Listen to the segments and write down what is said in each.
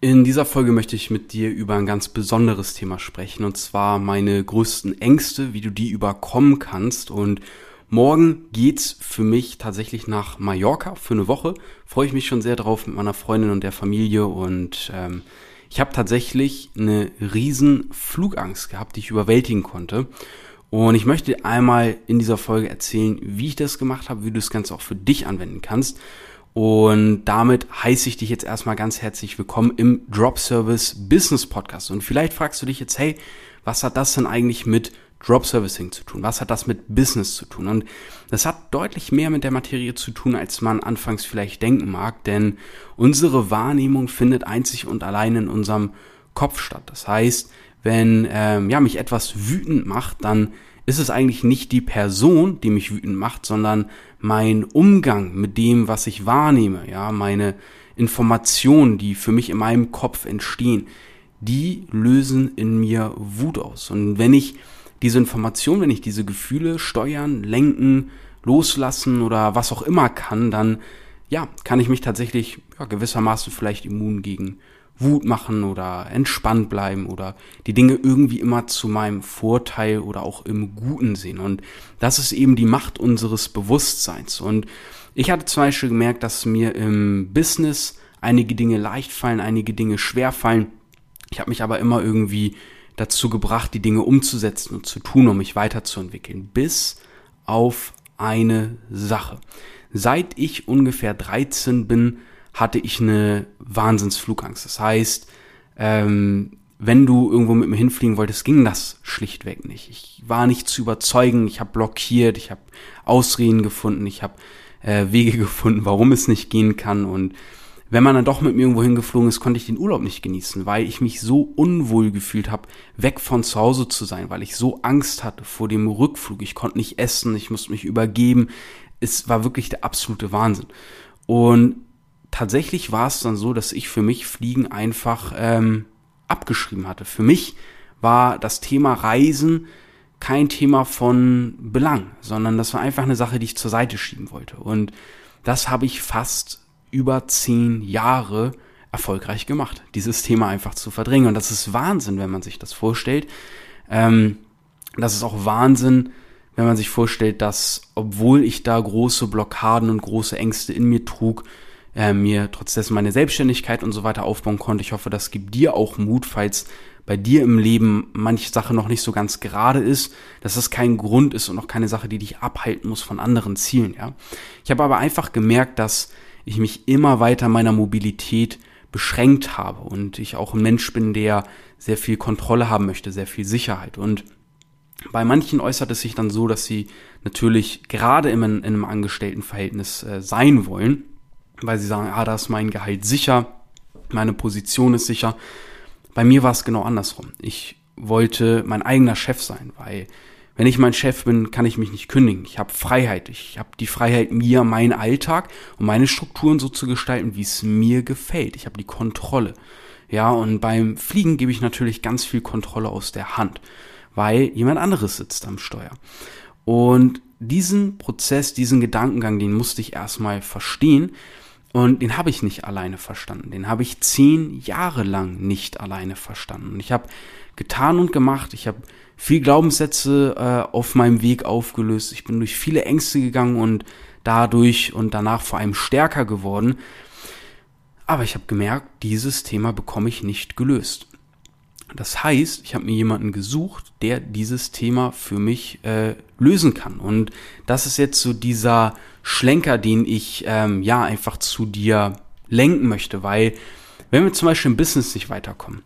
In dieser Folge möchte ich mit dir über ein ganz besonderes Thema sprechen, und zwar meine größten Ängste, wie du die überkommen kannst. Und morgen geht's für mich tatsächlich nach Mallorca für eine Woche. Freue ich mich schon sehr drauf mit meiner Freundin und der Familie. Und ich habe tatsächlich eine riesen Flugangst gehabt, die ich überwältigen konnte. Und ich möchte einmal in dieser Folge erzählen, wie ich das gemacht habe, wie du das Ganze auch für dich anwenden kannst. Und damit heiße ich dich jetzt erstmal ganz herzlich willkommen im Drop Service Business Podcast. Und vielleicht fragst du dich jetzt, hey, was hat das denn eigentlich mit Drop Servicing zu tun? Was hat das mit Business zu tun? Und das hat deutlich mehr mit der Materie zu tun, als man anfangs vielleicht denken mag, denn unsere Wahrnehmung findet einzig und allein in unserem Kopf statt. Das heißt, wenn mich etwas wütend macht, dann ist es eigentlich nicht die Person, die mich wütend macht, sondern mein Umgang mit dem, was ich wahrnehme, meine Informationen, die für mich in meinem Kopf entstehen, die lösen in mir Wut aus. Und wenn ich diese Informationen, wenn ich diese Gefühle steuern, lenken, loslassen oder was auch immer kann, dann kann ich mich tatsächlich gewissermaßen vielleicht immun gegen Wut machen oder entspannt bleiben oder die Dinge irgendwie immer zu meinem Vorteil oder auch im Guten sehen. Und das ist eben die Macht unseres Bewusstseins. Und ich hatte zum Beispiel gemerkt, dass mir im Business einige Dinge leicht fallen, einige Dinge schwer fallen. Ich habe mich aber immer irgendwie dazu gebracht, die Dinge umzusetzen und zu tun, um mich weiterzuentwickeln. Bis auf eine Sache. Seit ich ungefähr 13 bin, hatte ich eine Wahnsinnsflugangst. Das heißt, wenn du irgendwo mit mir hinfliegen wolltest, ging das schlichtweg nicht. Ich war nicht zu überzeugen, ich habe blockiert, ich habe Ausreden gefunden, ich habe Wege gefunden, warum es nicht gehen kann. Und wenn man dann doch mit mir irgendwo hingeflogen ist, konnte ich den Urlaub nicht genießen, weil ich mich so unwohl gefühlt habe, weg von zu Hause zu sein, weil ich so Angst hatte vor dem Rückflug. Ich konnte nicht essen, ich musste mich übergeben. Es war wirklich der absolute Wahnsinn. Und tatsächlich war es dann so, dass ich für mich Fliegen einfach abgeschrieben hatte. Für mich war das Thema Reisen kein Thema von Belang, sondern das war einfach eine Sache, die ich zur Seite schieben wollte. Und das habe ich fast über 10 Jahre erfolgreich gemacht, dieses Thema einfach zu verdrängen. Und das ist Wahnsinn, wenn man sich das vorstellt. Das ist auch Wahnsinn, wenn man sich vorstellt, dass, obwohl ich da große Blockaden und große Ängste in mir trug, mir trotz dessen meine Selbstständigkeit und so weiter aufbauen konnte. Ich hoffe, das gibt dir auch Mut, falls bei dir im Leben manche Sache noch nicht so ganz gerade ist, dass das kein Grund ist und auch keine Sache, die dich abhalten muss von anderen Zielen. Ich habe aber einfach gemerkt, dass ich mich immer weiter meiner Mobilität beschränkt habe und ich auch ein Mensch bin, der sehr viel Kontrolle haben möchte, sehr viel Sicherheit. Und bei manchen äußert es sich dann so, dass sie natürlich gerade in einem Angestelltenverhältnis sein wollen, weil sie sagen, da ist mein Gehalt sicher, meine Position ist sicher. Bei mir war es genau andersrum. Ich wollte mein eigener Chef sein, weil wenn ich mein Chef bin, kann ich mich nicht kündigen. Ich habe Freiheit. Ich habe die Freiheit, mir meinen Alltag und meine Strukturen so zu gestalten, wie es mir gefällt. Ich habe die Kontrolle. Und beim Fliegen gebe ich natürlich ganz viel Kontrolle aus der Hand, weil jemand anderes sitzt am Steuer. Und diesen Prozess, diesen Gedankengang, den musste ich erstmal verstehen. Und den habe ich nicht alleine verstanden. Den habe ich 10 Jahre lang nicht alleine verstanden. Und ich habe getan und gemacht. Ich habe viel Glaubenssätze auf meinem Weg aufgelöst. Ich bin durch viele Ängste gegangen und dadurch und danach vor allem stärker geworden. Aber ich habe gemerkt, dieses Thema bekomme ich nicht gelöst. Das heißt, ich habe mir jemanden gesucht, der dieses Thema für mich lösen kann. Und das ist jetzt so dieser Schlenker, den ich einfach zu dir lenken möchte. Weil wenn wir zum Beispiel im Business nicht weiterkommen,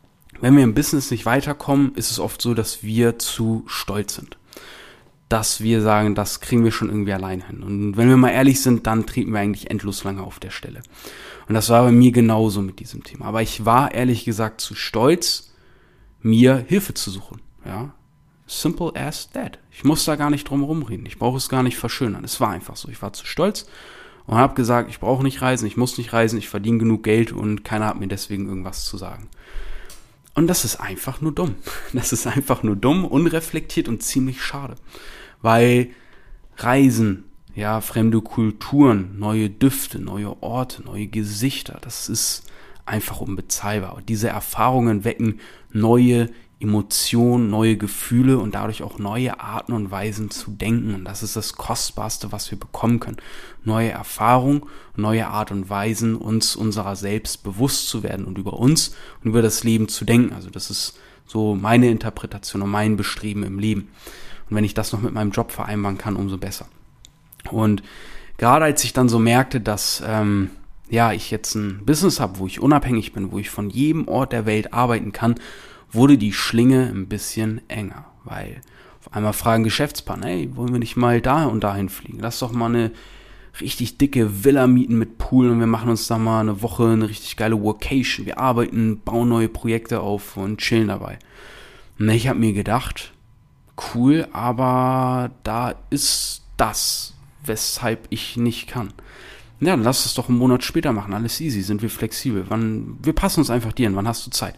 ist es oft so, dass wir zu stolz sind. Dass wir sagen, das kriegen wir schon irgendwie allein hin. Und wenn wir mal ehrlich sind, dann treten wir eigentlich endlos lange auf der Stelle. Und das war bei mir genauso mit diesem Thema. Aber ich war ehrlich gesagt zu stolz, mir Hilfe zu suchen. Simple as that. Ich muss da gar nicht drum rumreden. Ich brauche es gar nicht verschönern. Es war einfach so. Ich war zu stolz und habe gesagt, ich brauche nicht reisen, ich muss nicht reisen, ich verdiene genug Geld und keiner hat mir deswegen irgendwas zu sagen. Und das ist einfach nur dumm. Das ist einfach nur dumm, unreflektiert und ziemlich schade. Weil Reisen, fremde Kulturen, neue Düfte, neue Orte, neue Gesichter, das ist einfach unbezahlbar. Und diese Erfahrungen wecken neue Emotionen, neue Gefühle und dadurch auch neue Arten und Weisen zu denken. Und das ist das Kostbarste, was wir bekommen können. Neue Erfahrungen, neue Art und Weisen, uns unserer selbst bewusst zu werden und über uns und über das Leben zu denken. Also das ist so meine Interpretation und mein Bestreben im Leben. Und wenn ich das noch mit meinem Job vereinbaren kann, umso besser. Und gerade als ich dann so merkte, dass ich jetzt ein Business habe, wo ich unabhängig bin, wo ich von jedem Ort der Welt arbeiten kann, wurde die Schlinge ein bisschen enger, weil auf einmal fragen Geschäftspartner, hey, wollen wir nicht mal da und dahin fliegen? Lass doch mal eine richtig dicke Villa mieten mit Pool und wir machen uns da mal eine Woche eine richtig geile Workation. Wir arbeiten, bauen neue Projekte auf und chillen dabei. Und ich habe mir gedacht, cool, aber da ist das, weshalb ich nicht kann. Ja, dann lass es doch einen Monat später machen, alles easy, sind wir flexibel. Wir passen uns einfach dir an, wann hast du Zeit?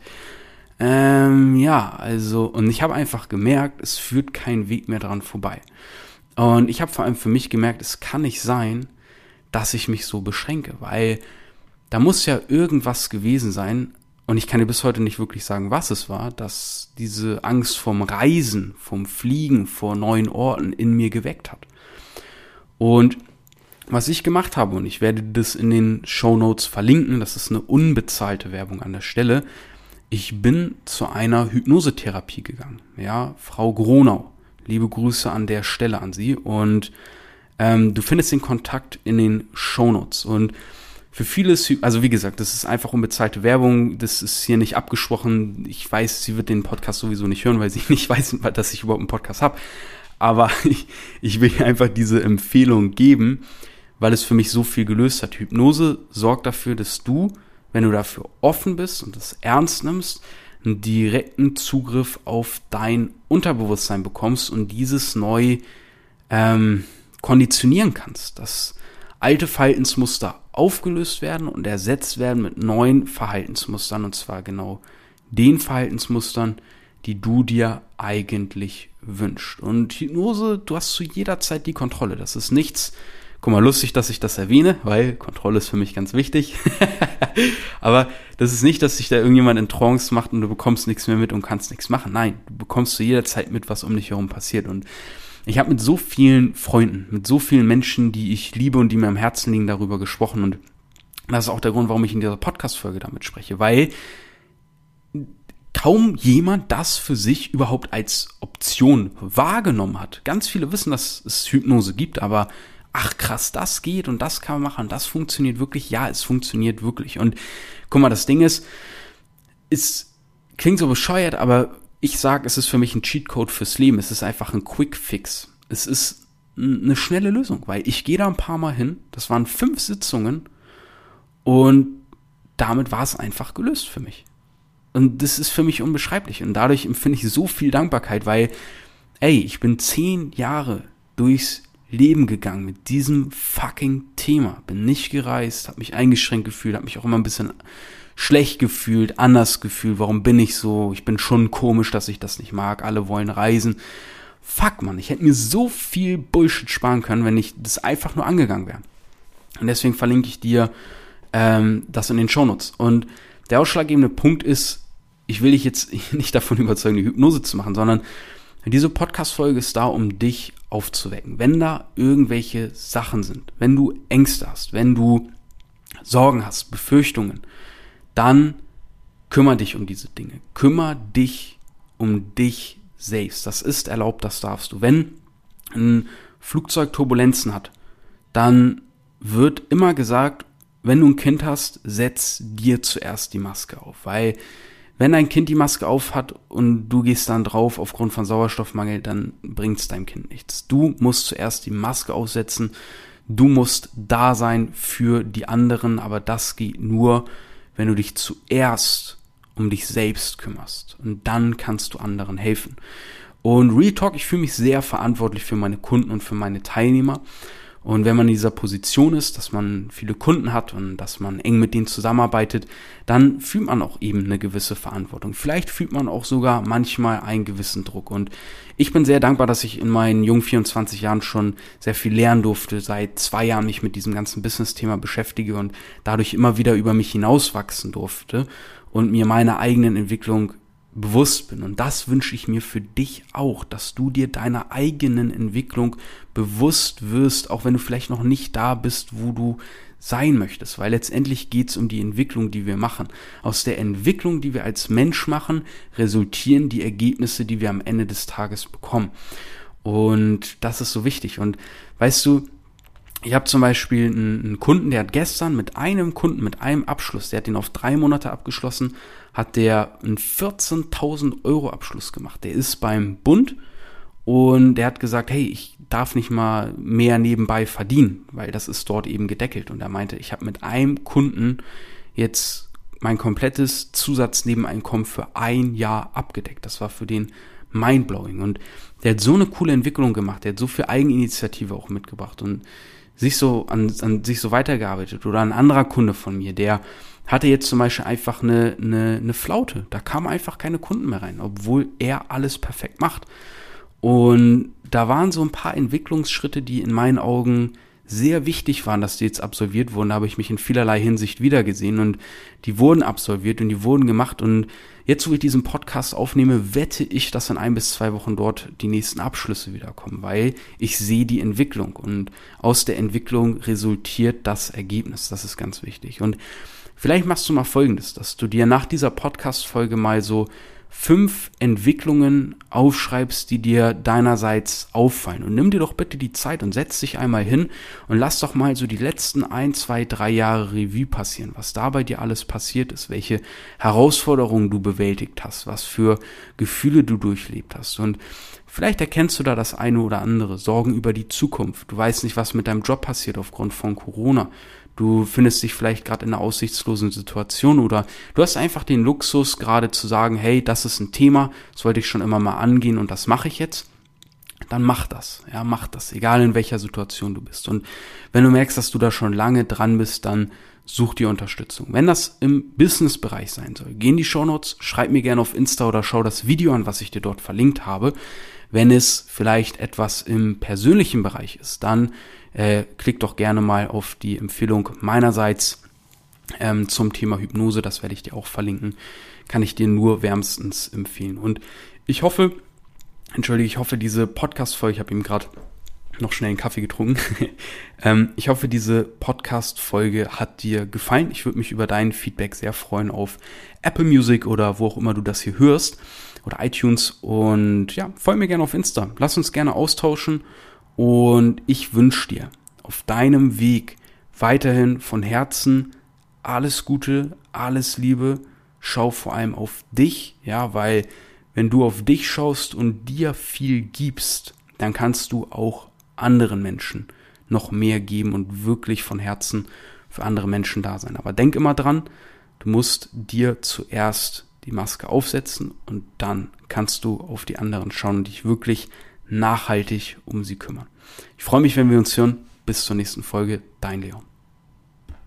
Und ich habe einfach gemerkt, es führt kein Weg mehr dran vorbei. Und ich habe vor allem für mich gemerkt, es kann nicht sein, dass ich mich so beschränke, weil da muss ja irgendwas gewesen sein, und ich kann dir bis heute nicht wirklich sagen, was es war, dass diese Angst vom Reisen, vom Fliegen vor neuen Orten in mir geweckt hat. Und was ich gemacht habe, und ich werde das in den Shownotes verlinken, das ist eine unbezahlte Werbung an der Stelle, ich bin zu einer Hypnosetherapie gegangen. Ja, Frau Gronau, liebe Grüße an der Stelle an sie. Und du findest den Kontakt in den Shownotes. Und für vieles, also wie gesagt, das ist einfach unbezahlte Werbung, das ist hier nicht abgesprochen. Ich weiß, sie wird den Podcast sowieso nicht hören, weil sie nicht weiß, dass ich überhaupt einen Podcast habe. Aber ich will ihr einfach diese Empfehlung geben, weil es für mich so viel gelöst hat. Hypnose sorgt dafür, dass du, wenn du dafür offen bist und das ernst nimmst, einen direkten Zugriff auf dein Unterbewusstsein bekommst und dieses neu konditionieren kannst, dass alte Verhaltensmuster aufgelöst werden und ersetzt werden mit neuen Verhaltensmustern, und zwar genau den Verhaltensmustern, die du dir eigentlich wünschst. Und Hypnose, du hast zu jeder Zeit die Kontrolle. Das ist nichts, guck mal, lustig, dass ich das erwähne, weil Kontrolle ist für mich ganz wichtig. Aber das ist nicht, dass sich da irgendjemand in Trance macht und du bekommst nichts mehr mit und kannst nichts machen. Nein, du bekommst zu jeder Zeit mit, was um dich herum passiert. Und ich habe mit so vielen Freunden, mit so vielen Menschen, die ich liebe und die mir am Herzen liegen, darüber gesprochen. Und das ist auch der Grund, warum ich in dieser Podcast-Folge damit spreche, weil kaum jemand das für sich überhaupt als Option wahrgenommen hat. Ganz viele wissen, dass es Hypnose gibt, aber ach krass, das geht und das kann man machen, das funktioniert wirklich. Ja, es funktioniert wirklich. Und guck mal, das Ding ist, es klingt so bescheuert, aber ich sage, es ist für mich ein Cheatcode fürs Leben. Es ist einfach ein Quick Fix. Es ist eine schnelle Lösung, weil ich gehe da ein paar Mal hin. Das waren 5 Sitzungen und damit war es einfach gelöst für mich. Und das ist für mich unbeschreiblich. Und dadurch empfinde ich so viel Dankbarkeit, weil, ich bin 10 Jahre durchs Leben gegangen mit diesem fucking Thema. Bin nicht gereist, habe mich eingeschränkt gefühlt, habe mich auch immer ein bisschen schlecht gefühlt, anders gefühlt. Warum bin ich so? Ich bin schon komisch, dass ich das nicht mag. Alle wollen reisen. Fuck, Mann, ich hätte mir so viel Bullshit sparen können, wenn ich das einfach nur angegangen wäre. Und deswegen verlinke ich dir das in den Shownotes. Und der ausschlaggebende Punkt ist, ich will dich jetzt nicht davon überzeugen, die Hypnose zu machen, sondern diese Podcast-Folge ist da, um dich aufzuwecken. Wenn da irgendwelche Sachen sind, wenn du Ängste hast, wenn du Sorgen hast, Befürchtungen, dann kümmere dich um diese Dinge. Kümmere dich um dich selbst. Das ist erlaubt, das darfst du. Wenn ein Flugzeug Turbulenzen hat, dann wird immer gesagt, wenn du ein Kind hast, setz dir zuerst die Maske auf. Weil wenn dein Kind die Maske auf hat und du gehst dann drauf aufgrund von Sauerstoffmangel, dann bringt es deinem Kind nichts. Du musst zuerst die Maske aufsetzen. Du musst da sein für die anderen, aber das geht nur, wenn du dich zuerst um dich selbst kümmerst. Und dann kannst du anderen helfen. Und Real Talk, ich fühle mich sehr verantwortlich für meine Kunden und für meine Teilnehmer. Und wenn man in dieser Position ist, dass man viele Kunden hat und dass man eng mit denen zusammenarbeitet, dann fühlt man auch eben eine gewisse Verantwortung. Vielleicht fühlt man auch sogar manchmal einen gewissen Druck. Und ich bin sehr dankbar, dass ich in meinen jungen 24 Jahren schon sehr viel lernen durfte, seit 2 Jahren mich mit diesem ganzen Business-Thema beschäftige und dadurch immer wieder über mich hinauswachsen durfte und mir meine eigenen Entwicklung bewusst bin. Und das wünsche ich mir für dich auch, dass du dir deiner eigenen Entwicklung bewusst wirst, auch wenn du vielleicht noch nicht da bist, wo du sein möchtest, weil letztendlich geht es um die Entwicklung, die wir machen. Aus der Entwicklung, die wir als Mensch machen, resultieren die Ergebnisse, die wir am Ende des Tages bekommen. Und das ist so wichtig. Und weißt du, ich habe zum Beispiel einen Kunden, der hat gestern mit einem Abschluss, der hat den auf 3 Monate abgeschlossen, hat der einen 14.000 Euro Abschluss gemacht. Der ist beim Bund und der hat gesagt, hey, ich darf nicht mal mehr nebenbei verdienen, weil das ist dort eben gedeckelt. Und er meinte, ich habe mit einem Kunden jetzt mein komplettes Zusatznebeneinkommen für 1 Jahr abgedeckt. Das war für den mindblowing. Und der hat so eine coole Entwicklung gemacht, der hat so viel Eigeninitiative auch mitgebracht und sich so an sich so weitergearbeitet. Oder ein anderer Kunde von mir, der hatte jetzt zum Beispiel einfach eine Flaute. Da kamen einfach keine Kunden mehr rein, obwohl er alles perfekt macht. Und da waren so ein paar Entwicklungsschritte, die in meinen Augen sehr wichtig waren, dass die jetzt absolviert wurden. Da habe ich mich in vielerlei Hinsicht wiedergesehen und die wurden absolviert und die wurden gemacht. Und jetzt, wo ich diesen Podcast aufnehme, wette ich, dass in 1 bis 2 Wochen dort die nächsten Abschlüsse wiederkommen, weil ich sehe die Entwicklung und aus der Entwicklung resultiert das Ergebnis. Das ist ganz wichtig. Und vielleicht machst du mal Folgendes, dass du dir nach dieser Podcast-Folge mal so 5 Entwicklungen aufschreibst, die dir deinerseits auffallen. Und nimm dir doch bitte die Zeit und setz dich einmal hin und lass doch mal so die letzten 1, 2, 3 Jahre Revue passieren, was da bei dir alles passiert ist, welche Herausforderungen du bewältigt hast, was für Gefühle du durchlebt hast. Und vielleicht erkennst du da das eine oder andere, Sorgen über die Zukunft. Du weißt nicht, was mit deinem Job passiert aufgrund von Corona. Du findest dich vielleicht gerade in einer aussichtslosen Situation oder du hast einfach den Luxus, gerade zu sagen, hey, das ist ein Thema, das wollte ich schon immer mal angehen und das mache ich jetzt. Dann mach das, egal in welcher Situation du bist. Und wenn du merkst, dass du da schon lange dran bist, dann such dir Unterstützung. Wenn das im Business-Bereich sein soll, geh in die Shownotes, schreib mir gerne auf Insta oder schau das Video an, was ich dir dort verlinkt habe. Wenn es vielleicht etwas im persönlichen Bereich ist, dann klick doch gerne mal auf die Empfehlung meinerseits zum Thema Hypnose, das werde ich dir auch verlinken, kann ich dir nur wärmstens empfehlen. Und ich hoffe, diese Podcast-Folge, ich habe eben gerade noch schnell einen Kaffee getrunken, ich hoffe, diese Podcast-Folge hat dir gefallen. Ich würde mich über dein Feedback sehr freuen auf Apple Music oder wo auch immer du das hier hörst oder iTunes und ja, folge mir gerne auf Insta, lass uns gerne austauschen. Und ich wünsche dir auf deinem Weg weiterhin von Herzen alles Gute, alles Liebe. Schau vor allem auf dich, ja, weil wenn du auf dich schaust und dir viel gibst, dann kannst du auch anderen Menschen noch mehr geben und wirklich von Herzen für andere Menschen da sein. Aber denk immer dran, du musst dir zuerst die Maske aufsetzen und dann kannst du auf die anderen schauen und dich wirklich nachhaltig um sie kümmern. Ich freue mich, wenn wir uns hören. Bis zur nächsten Folge. Dein Leon.